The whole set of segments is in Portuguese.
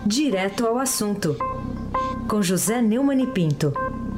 Direto ao assunto, com José Neumann e Pinto.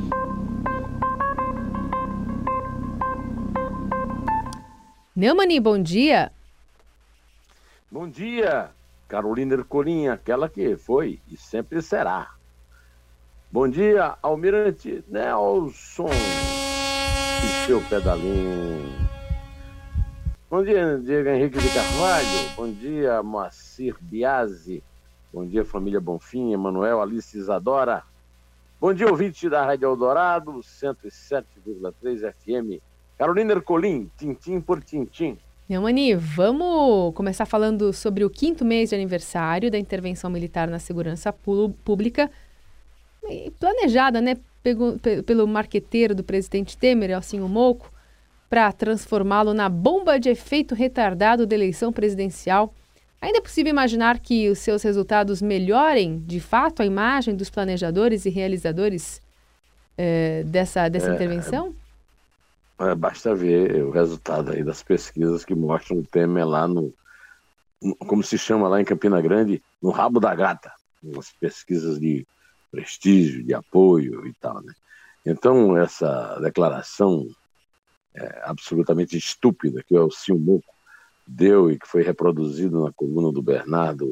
Neumann, bom dia. Bom dia, Carolina Ercolim, aquela que foi e sempre será. Bom dia, Almirante Nelson e seu pedalinho. Bom dia, Diego Henrique de Carvalho. Bom dia, Moacir Biasi. Bom dia, família Bonfim, Emanuel, Alice Isadora. Bom dia, ouvinte da Rádio Eldorado, 107,3 FM. Carolina Ercolim, tintim por tintim. Neumann, vamos começar falando sobre o 5º mês de aniversário da intervenção militar na segurança pública, planejada, né, pelo marqueteiro do presidente Temer, Elcinho Mouco, para transformá-lo na bomba de efeito retardado da eleição presidencial. Ainda é possível imaginar que os seus resultados melhorem, de fato, a imagem dos planejadores e realizadores dessa intervenção? Basta ver o resultado aí das pesquisas que mostram o Temer lá como se chama lá em Campina Grande, no rabo da gata. Umas pesquisas de prestígio, de apoio e tal, né? Então, essa declaração absolutamente estúpida que o Elcinho Mouco deu e que foi reproduzido na coluna do Bernardo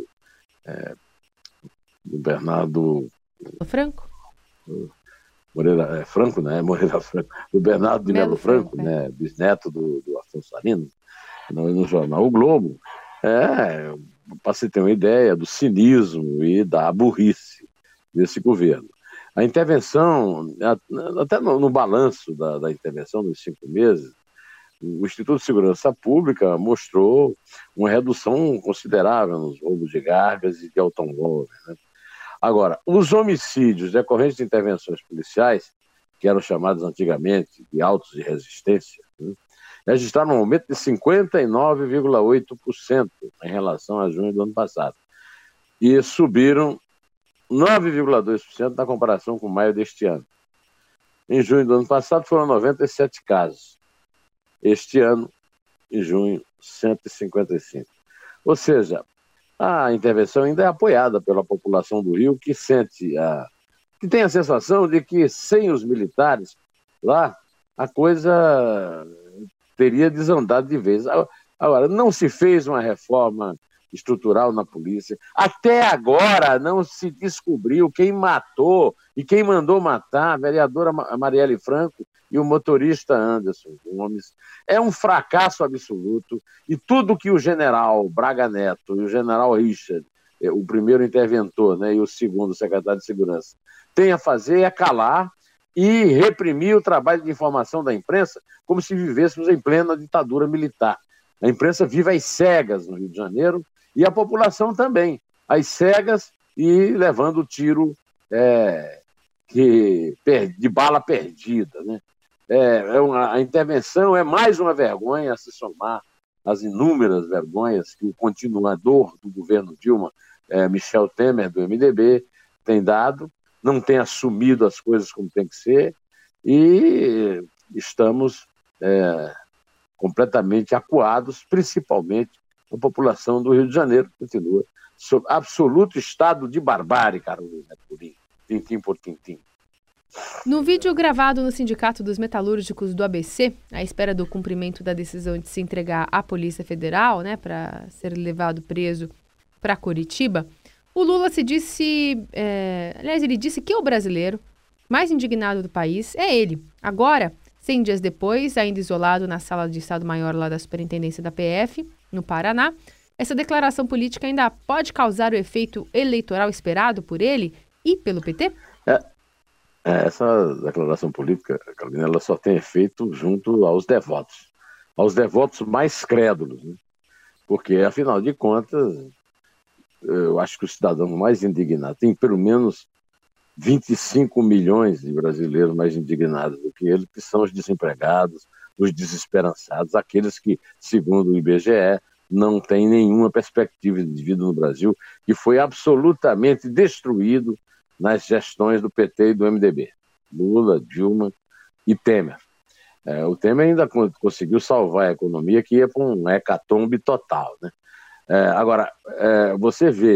Franco? Moreira Franco, né? Moreira Franco, do Bernardo de Melo Franco, né? Bisneto do Afonso Arinos, no jornal O Globo, para você ter uma ideia do cinismo e da burrice desse governo. A intervenção, até no balanço da intervenção dos 5 meses, o Instituto de Segurança Pública mostrou uma redução considerável nos roubos de cargas e de automóveis, né? Agora, os homicídios decorrentes de intervenções policiais, que eram chamados antigamente de autos de resistência, né, registraram um aumento de 59,8% em relação a junho do ano passado. E subiram 9,2% na comparação com maio deste ano. Em junho do ano passado foram 97 casos. Este ano, em junho, 155. Ou seja, a intervenção ainda é apoiada pela população do Rio, que que tem a sensação de que sem os militares lá, a coisa teria desandado de vez. Agora, não se fez uma reforma estrutural na polícia. Até agora não se descobriu quem matou e quem mandou matar a vereadora Marielle Franco e o motorista Anderson Gomes. É um fracasso absoluto, e tudo que o general Braga Neto e o general Richard, o primeiro interventor, né, e o segundo secretário de Segurança, têm a fazer é calar e reprimir o trabalho de informação da imprensa como se vivêssemos em plena ditadura militar. A imprensa vive às cegas no Rio de Janeiro, e a população também, às cegas e levando tiro de bala perdida, né? A intervenção é mais uma vergonha a se somar às inúmeras vergonhas que o continuador do governo Dilma, Michel Temer, do MDB, tem dado, não tem assumido as coisas como tem que ser, e estamos completamente acuados, principalmente a população do Rio de Janeiro, continua sob absoluto estado de barbárie, Carolina, tintim por tintim. No vídeo gravado no Sindicato dos Metalúrgicos do ABC, à espera do cumprimento da decisão de se entregar à Polícia Federal, né, para ser levado preso para Curitiba, o Lula ele disse que o brasileiro mais indignado do país é ele. Agora, 100 dias depois, ainda isolado na sala de Estado-Maior lá da Superintendência da PF, no Paraná, essa declaração política ainda pode causar o efeito eleitoral esperado por ele e pelo PT? Essa declaração política, Carolina, ela só tem efeito junto aos devotos mais crédulos, né? Porque, afinal de contas, eu acho que o cidadão mais indignado, tem pelo menos 25 milhões de brasileiros mais indignados do que ele, que são os desempregados, os desesperançados, aqueles que, segundo o IBGE, não têm nenhuma perspectiva de vida no Brasil, que foi absolutamente destruído nas gestões do PT e do MDB. Lula, Dilma e Temer. O Temer ainda conseguiu salvar a economia, que ia para um hecatombe total, né? Agora, você vê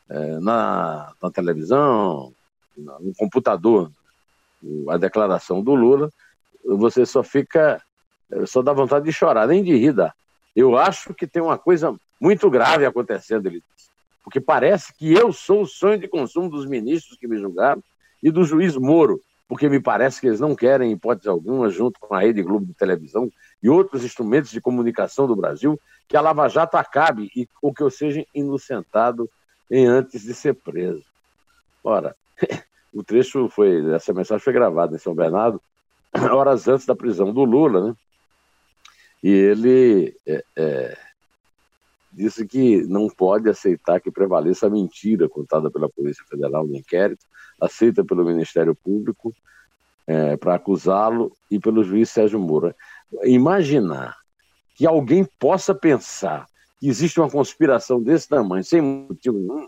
na televisão, no computador, a declaração do Lula, você só dá vontade de chorar, nem de rir dá. Eu acho que tem uma coisa muito grave acontecendo, ele disse, porque parece que eu sou o sonho de consumo dos ministros que me julgaram e do juiz Moro, porque me parece que eles não querem, em hipótese alguma, junto com a Rede Globo de televisão e outros instrumentos de comunicação do Brasil, que a Lava Jato acabe ou que eu seja inocentado antes de ser preso. Ora, o trecho essa mensagem foi gravada em São Bernardo, horas antes da prisão do Lula, né? E ele disse que não pode aceitar que prevaleça a mentira contada pela Polícia Federal no inquérito, aceita pelo Ministério Público para acusá-lo e pelo juiz Sérgio Moro. Imaginar que alguém possa pensar que existe uma conspiração desse tamanho, sem motivo nenhum,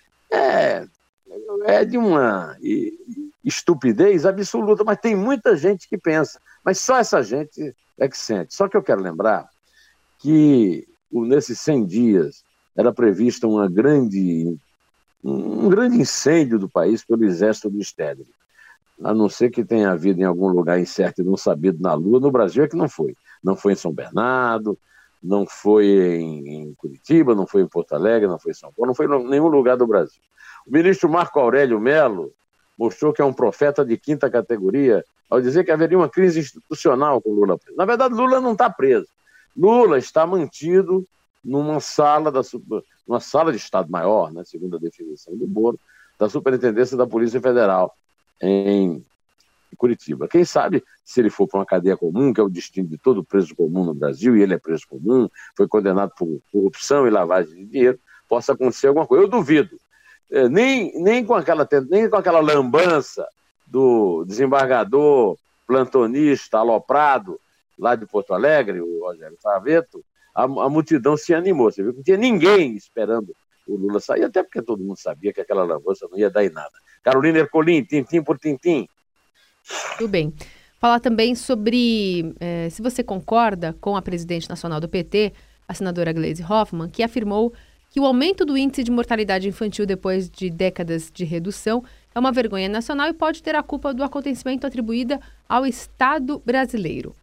é de uma estupidez absoluta, mas tem muita gente que pensa, mas só essa gente é que sente. Só que eu quero lembrar que nesses 100 dias era previsto um grande incêndio do país pelo exército do Stedley. A não ser que tenha havido em algum lugar incerto e não sabido na Lua, no Brasil é que não foi. Não foi em São Bernardo, não foi em Curitiba, não foi em Porto Alegre, não foi em São Paulo, não foi em nenhum lugar do Brasil. O ministro Marco Aurélio Mello mostrou que é um profeta de quinta categoria ao dizer que haveria uma crise institucional com Lula preso. Na verdade, Lula não está preso. Lula está mantido numa sala de Estado-Maior, né, segundo a definição do Moro, da Superintendência da Polícia Federal em Curitiba. Quem sabe, se ele for para uma cadeia comum, que é o destino de todo preso comum no Brasil, e ele é preso comum, foi condenado por corrupção e lavagem de dinheiro, possa acontecer alguma coisa. Eu duvido. Nem com aquela lambança do desembargador plantonista aloprado lá de Porto Alegre, o Rogério Faveto, a multidão se animou. Você viu que não tinha ninguém esperando o Lula sair, até porque todo mundo sabia que aquela lambança não ia dar em nada. Carolina Ercolim, tintim por tintim. Tudo bem. Falar também sobre se você concorda com a presidente nacional do PT, a senadora Gleisi Hoffmann, que afirmou que o aumento do índice de mortalidade infantil depois de décadas de redução é uma vergonha nacional e pode ter a culpa do acontecimento atribuída ao Estado brasileiro.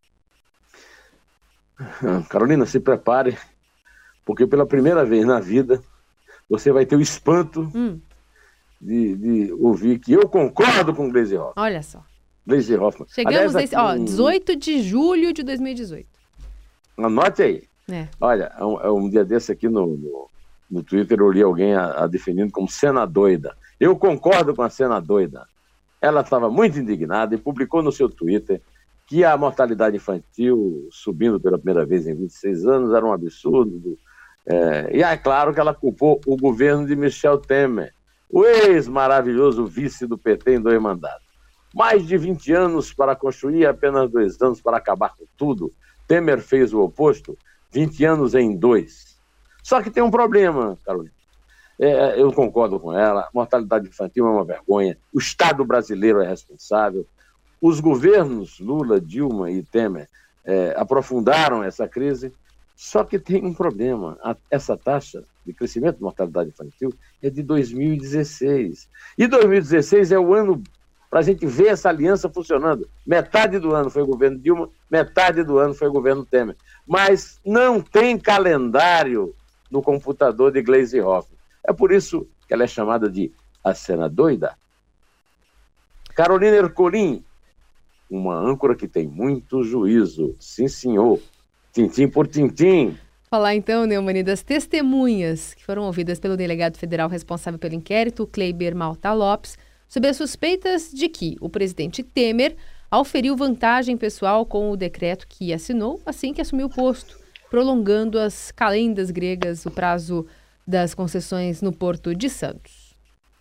Carolina, se prepare, porque pela primeira vez na vida você vai ter o espanto de ouvir que eu concordo com Gleisi Hoffmann. Olha só. Gleisi Hoffmann. Chegamos nesse 18 de julho de 2018. Anote aí. Olha, um dia desse aqui no Twitter eu li alguém a definindo como cena doida. Eu concordo com a cena doida. Ela estava muito indignada e publicou no seu Twitter que a mortalidade infantil subindo pela primeira vez em 26 anos era um absurdo. E é claro que ela culpou o governo de Michel Temer, o ex-maravilhoso vice do PT em 2 mandatos. Mais de 20 anos para construir, apenas 2 anos para acabar com tudo. Temer fez o oposto, 20 anos em 2. Só que tem um problema, Carolina. Eu concordo com ela, a mortalidade infantil é uma vergonha, o Estado brasileiro é responsável. Os governos Lula, Dilma e Temer aprofundaram essa crise, só que tem um problema. Essa taxa de crescimento de mortalidade infantil é de 2016. E 2016 é o ano para a gente ver essa aliança funcionando. Metade do ano foi o governo Dilma, metade do ano foi o governo Temer. Mas não tem calendário no computador de Gleisi Hoffmann. É por isso que ela é chamada de a cena doida. Carolina Ercolim, uma âncora que tem muito juízo. Sim, senhor. Tintim por tintim. Falar então, Neumani, das testemunhas que foram ouvidas pelo delegado federal responsável pelo inquérito, Kleiber Malta Lopes, sobre as suspeitas de que o presidente Temer auferiu vantagem pessoal com o decreto que assinou assim que assumiu o posto, prolongando as calendas gregas, o prazo das concessões no Porto de Santos.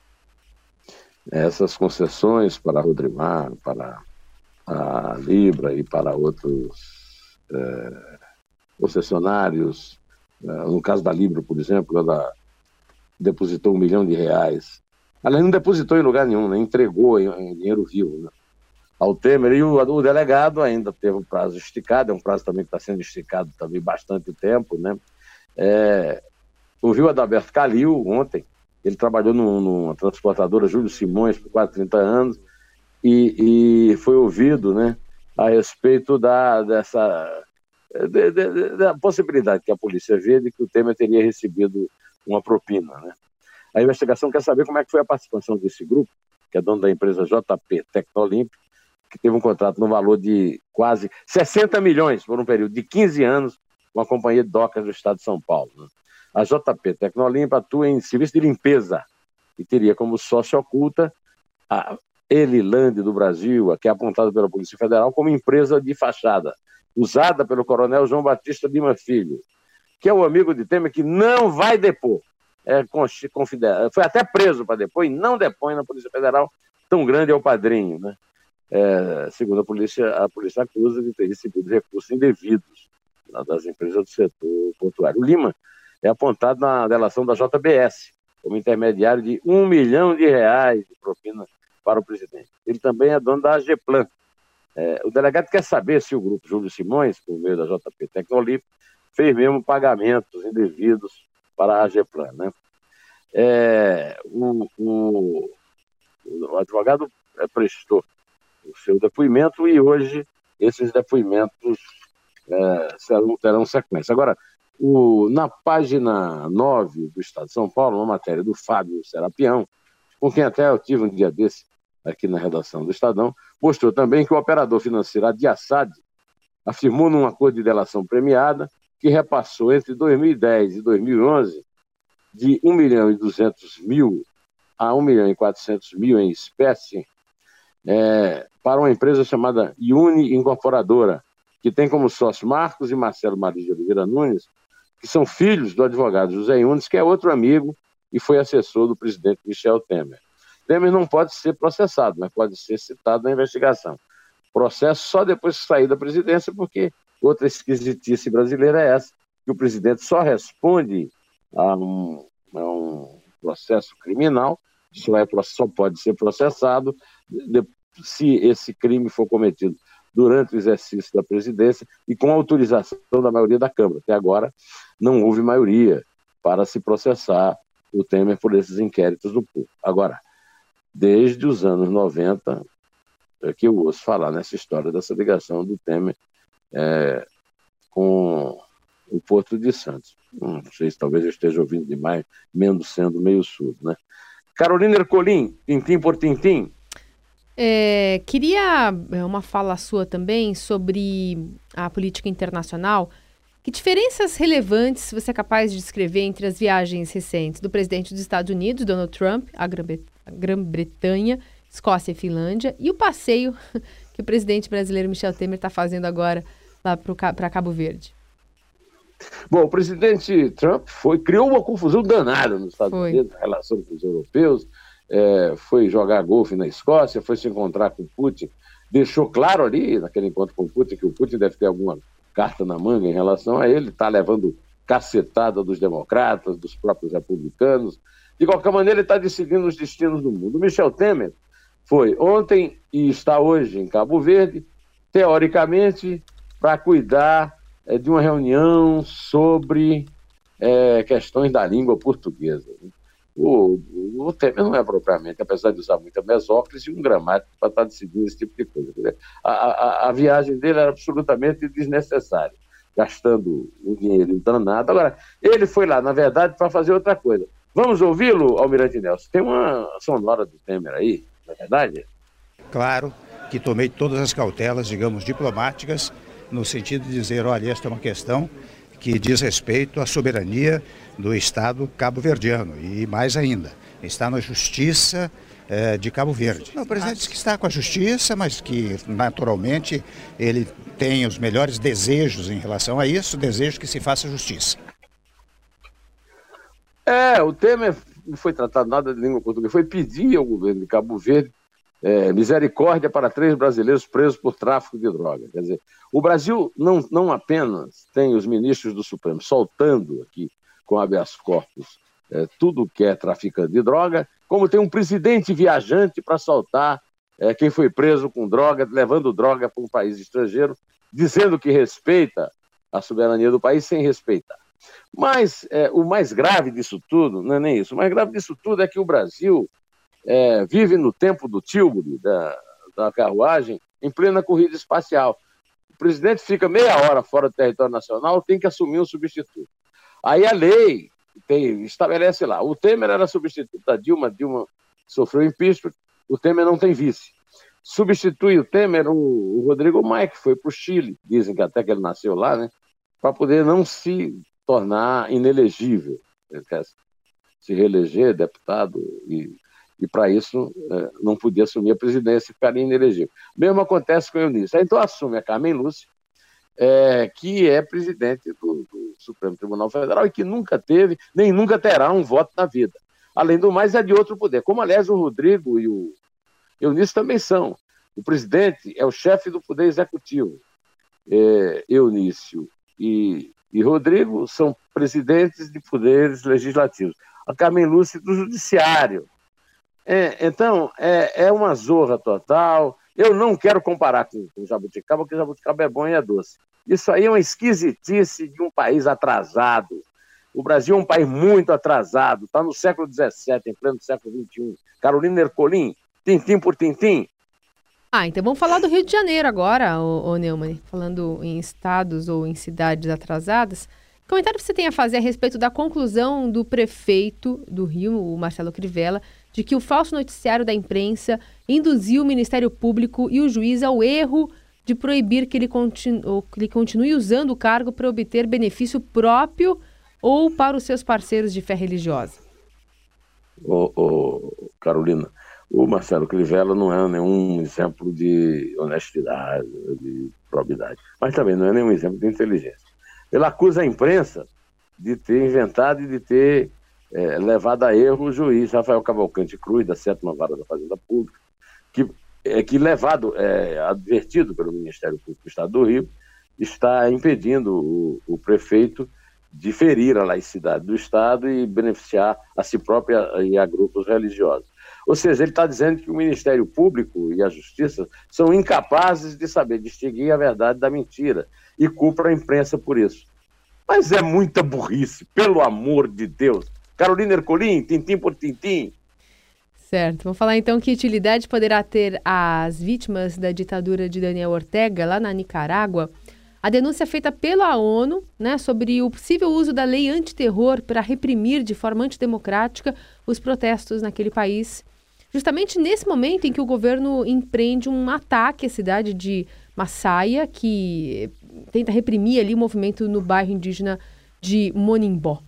Essas concessões para a Rodrimar, para a Libra e para outros concessionários, no caso da Libra, por exemplo, ela depositou R$1 milhão. Ela não depositou em lugar nenhum, né? Entregou em dinheiro vivo, né, ao Temer, e o delegado ainda teve um prazo esticado, é um prazo também que está sendo esticado também bastante tempo, né? Ouviu Adalberto Calil ontem, Ele trabalhou numa transportadora Júlio Simões por quase 30 anos e foi ouvido, né, a respeito da possibilidade que a polícia vê de que o Temer teria recebido uma propina, né? A investigação quer saber como é que foi a participação desse grupo, que é dono da empresa JP Tecnolimp, que teve um contrato no valor de quase 60 milhões por um período de 15 anos com a Companhia de Docas do Estado de São Paulo, né? A JP Tecnolimp atua em serviço de limpeza e teria como sócio oculta a Eliland do Brasil, que é apontada pela Polícia Federal como empresa de fachada, usada pelo coronel João Batista Lima Filho, que é o amigo de Temer que não vai depor. Foi até preso para depor e não depõe na Polícia Federal, tão grande é o padrinho, né? Segundo a polícia acusa de ter recebido recursos indevidos das empresas do setor portuário. O Lima é apontado na delação da JBS como intermediário de R$ 1 milhão de propina para o presidente. Ele também é dono da AGEPLAN. O delegado quer saber se o grupo Júlio Simões, por meio da JP Tecnolimp, fez mesmo pagamentos indevidos para a AGEPLAN, né? O advogado prestou o seu depoimento e hoje esses depoimentos terão sequência. Agora, na página 9 do Estado de São Paulo, uma matéria do Fábio Serapião, com quem até eu tive um dia desse aqui na redação do Estadão, mostrou também que o operador financeiro Adiassad afirmou num acordo de delação premiada que repassou entre 2010 e 2011 de 1.200.000 a 1.400.000 em espécie para uma empresa chamada Uni Incorporadora, que tem como sócio Marcos e Marcelo Maria de Oliveira Nunes, que são filhos do advogado José Yunes, que é outro amigo e foi assessor do presidente Michel Temer. Temer não pode ser processado, mas pode ser citado na investigação. Processo só depois que sair da presidência, porque outra esquisitice brasileira é essa, que o presidente só responde a um processo criminal, só pode ser processado se esse crime for cometido durante o exercício da presidência e com autorização da maioria da Câmara. Até agora não houve maioria para se processar o Temer por esses inquéritos do povo. Agora, desde os anos 90, que eu ouço falar nessa história dessa ligação do Temer com o Porto de Santos. Não sei se talvez eu esteja ouvindo demais, mesmo sendo meio surdo, né? Carolina Ercolim, tintim por tintim. Queria uma fala sua também sobre a política internacional. Que diferenças relevantes você é capaz de descrever entre as viagens recentes do presidente dos Estados Unidos, Donald Trump, à Grã-Bretanha, Escócia e Finlândia, e o passeio que o presidente brasileiro Michel Temer está fazendo agora lá para Cabo Verde? Bom, o presidente Trump criou uma confusão danada nos Estados Unidos, em relação com os europeus, foi jogar golfe na Escócia, foi se encontrar com o Putin, deixou claro ali, naquele encontro com o Putin, que o Putin deve ter alguma carta na manga em relação a ele, está levando cacetada dos democratas, dos próprios republicanos. De qualquer maneira, ele está decidindo os destinos do mundo. O Michel Temer foi ontem e está hoje em Cabo Verde, teoricamente, para cuidar de uma reunião sobre questões da língua portuguesa. O Temer não é propriamente, apesar de usar muita mesóclise, um gramático para estar decidindo esse tipo de coisa. Quer dizer, a viagem dele era absolutamente desnecessária, gastando um dinheiro danado. Agora, ele foi lá, na verdade, para fazer outra coisa. Vamos ouvi-lo, Almirante Nelson? Tem uma sonora do Temer aí, na verdade? Claro que tomei todas as cautelas, digamos, diplomáticas, no sentido de dizer, olha, esta é uma questão que diz respeito à soberania do Estado cabo-verdiano e, mais ainda, está na Justiça de Cabo Verde. O presidente diz que está com a Justiça, mas que, naturalmente, ele tem os melhores desejos em relação a isso, desejo que se faça justiça. O Temer não foi tratado nada de língua portuguesa, foi pedir ao governo de Cabo Verde misericórdia para 3 brasileiros presos por tráfico de droga. Quer dizer, o Brasil não apenas tem os ministros do Supremo soltando aqui com habeas corpus tudo que é traficante de droga, como tem um presidente viajante para soltar quem foi preso com droga, levando droga para um país estrangeiro, dizendo que respeita a soberania do país sem respeitar. Mas o mais grave disso tudo, não é nem isso, o mais grave disso tudo é que o Brasil vive no tempo do Tilbury, da carruagem, em plena corrida espacial. O presidente fica meia hora fora do território nacional, tem que assumir um substituto. Aí a lei estabelece lá, o Temer era substituto da Dilma, Dilma sofreu impeachment, o Temer não tem vice. Substitui o Temer o Rodrigo Maia, que foi para o Chile, dizem que até que ele nasceu lá, né, para poder não se tornar inelegível. Ele quer se reeleger deputado e para isso não podia assumir a presidência e ficaria inelegível. Mesmo acontece com o Eunice. Então assume a Carmen Lúcia, que é presidente do Supremo Tribunal Federal e que nunca teve, nem nunca terá um voto na vida. Além do mais, é de outro poder. Como, aliás, o Rodrigo e o Eunice também são. O presidente é o chefe do poder executivo. Eunício e Rodrigo são presidentes de poderes legislativos. A Carmen Lúcia do judiciário. Então, é uma zorra total. Eu não quero comparar com jabuticaba, porque jabuticaba é bom e é doce. Isso aí é uma esquisitice de um país atrasado. O Brasil é um país muito atrasado, está no século XVII, em pleno século XXI. Carolina Ercolim, tintim por tintim. Então vamos falar do Rio de Janeiro agora, ô Neumann, falando em estados ou em cidades atrasadas. Que comentário você tem a fazer a respeito da conclusão do prefeito do Rio, o Marcelo Crivella, de que o falso noticiário da imprensa induziu o Ministério Público e o juiz ao erro de proibir que ele continue usando o cargo para obter benefício próprio ou para os seus parceiros de fé religiosa? Carolina, o Marcelo Crivella não é nenhum exemplo de honestidade, de probidade, mas também não é nenhum exemplo de inteligência. Ele acusa a imprensa de ter inventado e de ter levado a erro o juiz Rafael Cavalcante Cruz, da 7ª Vara da Fazenda Pública, que levado, advertido pelo Ministério Público do Estado do Rio, está impedindo o prefeito de ferir a laicidade do Estado e beneficiar a si própria e a grupos religiosos. Ou seja, ele está dizendo que o Ministério Público e a Justiça são incapazes de saber distinguir a verdade da mentira e culpa a imprensa por isso. Mas é muita burrice, pelo amor de Deus. Carolina Ercolim, tintim por tintim. Certo. Vamos falar então que utilidade poderá ter as vítimas da ditadura de Daniel Ortega, lá na Nicarágua, a denúncia feita pela ONU, né, sobre o possível uso da lei antiterror para reprimir de forma antidemocrática os protestos naquele país. Justamente nesse momento em que o governo empreende um ataque à cidade de Massaia, que tenta reprimir ali o movimento no bairro indígena de Monimbó.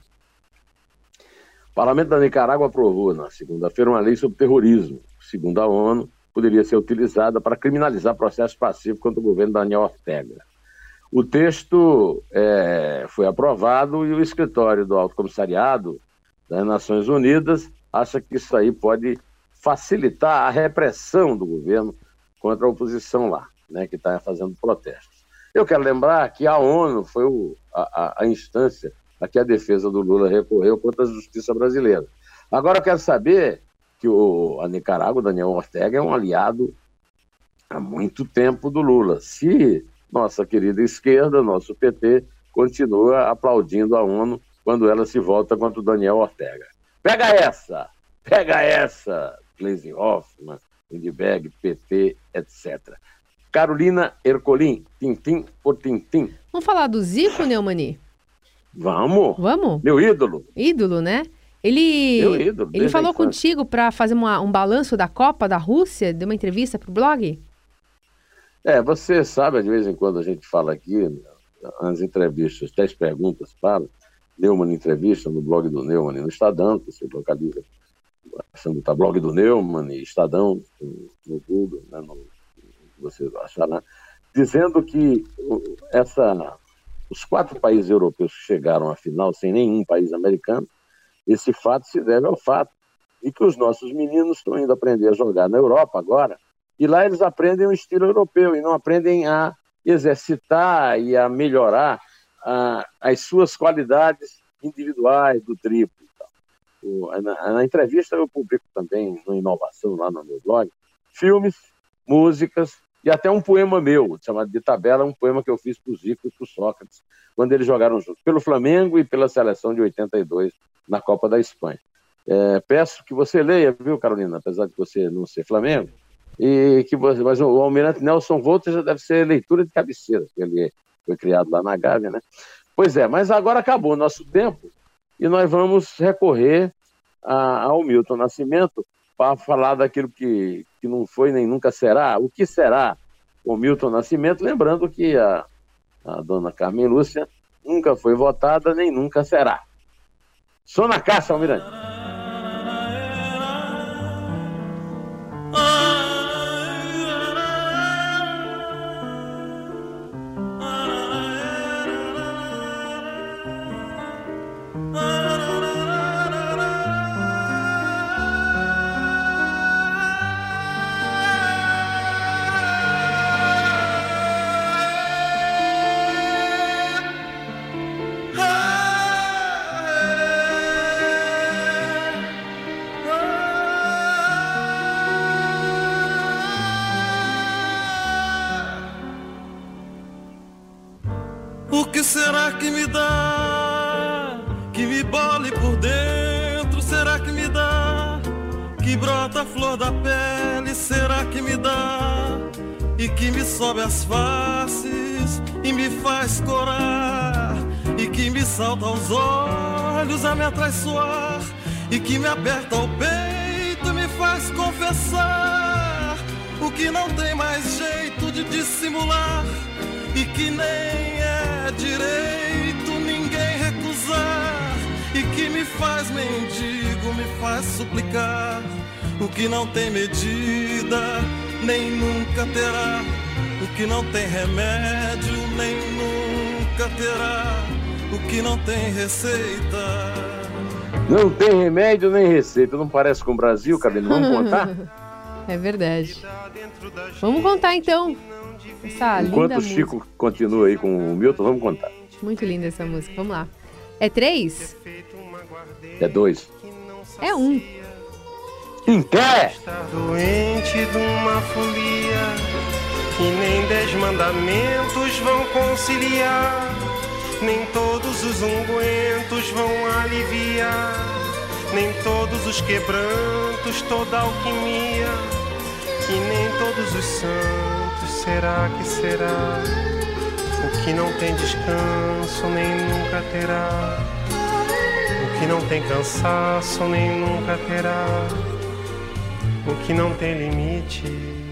O Parlamento da Nicarágua aprovou na segunda-feira uma lei sobre terrorismo, que, segundo a ONU, poderia ser utilizada para criminalizar processos pacíficos contra o governo Daniel Ortega. O texto foi aprovado e o escritório do Alto Comissariado das Nações Unidas acha que isso aí pode facilitar a repressão do governo contra a oposição lá, né, que está fazendo protestos. Eu quero lembrar que a ONU foi a instância a que a defesa do Lula recorreu contra a justiça brasileira. Agora eu quero saber que a Nicarágua, Daniel Ortega, é um aliado há muito tempo do Lula. Se nossa querida esquerda, nosso PT, continua aplaudindo a ONU quando ela se volta contra o Daniel Ortega. Pega essa, Gleisi Hoffmann, Lindbergh, PT, etc. Carolina Ercolim, tintim por tintim. Vamos falar do Zico, Neumani? Vamos. Meu ídolo. Ídolo, né? Ele falou contigo para fazer um balanço da Copa da Rússia, deu uma entrevista para o blog? Você sabe, de vez em quando a gente fala aqui, nas entrevistas, 10 perguntas para Neumann Entrevista, no blog do Neumann, no Estadão, que você localiza, achando que blog do Neumann e Estadão, no Google, né, você achar lá, dizendo que os 4 países europeus que chegaram à final sem nenhum país americano, esse fato se deve ao fato de que os nossos meninos estão indo aprender a jogar na Europa agora, e lá eles aprendem o estilo europeu e não aprendem a exercitar e a melhorar as suas qualidades individuais do triplo. Na entrevista eu publico também, no Inovação, lá no meu blog, filmes, músicas E até um poema meu, chamado De Tabela, um poema que eu fiz para o Zico e para o Sócrates, quando eles jogaram juntos, pelo Flamengo e pela seleção de 82, na Copa da Espanha. Peço que você leia, viu, Carolina, apesar de você não ser Flamengo, mas o Almirante Nelson Volta já deve ser leitura de cabeceira, porque ele foi criado lá na Gávea, né? Pois é, mas agora acabou o nosso tempo e nós vamos recorrer ao Milton Nascimento para falar daquilo que não foi nem nunca será. O que será o Milton Nascimento? Lembrando que a dona Carmen Lúcia nunca foi votada nem nunca será. Só na caça, Almirante. O que será que me dá, que me bole por dentro? Será que me dá, que brota a flor da pele? Será que me dá, e que me sobe as faces e me faz corar? E que me salta aos olhos a me atraiçoar? E que me aperta o peito e me faz confessar o que não tem mais jeito de dissimular, e que nem é direito ninguém recusar, e que me faz mendigo, me faz suplicar o que não tem medida, nem nunca terá, o que não tem remédio, nem nunca terá, o que não tem receita. Não tem remédio nem receita, não parece com o Brasil, Carolina? Vamos contar? É verdade. Vamos contar então. Essa Enquanto linda o Chico música. Continua aí com o Milton, vamos contar. Muito linda essa música. Vamos lá. É 3? É 2. É 1. Em pé! Estar doente de uma folia que nem 10 mandamentos vão conciliar, nem todos os ungüentos vão aliviar, nem todos os quebrantos, toda alquimia, que nem todos os santos, será que será? O que não tem descanso nem nunca terá, o que não tem cansaço nem nunca terá, o que não tem limite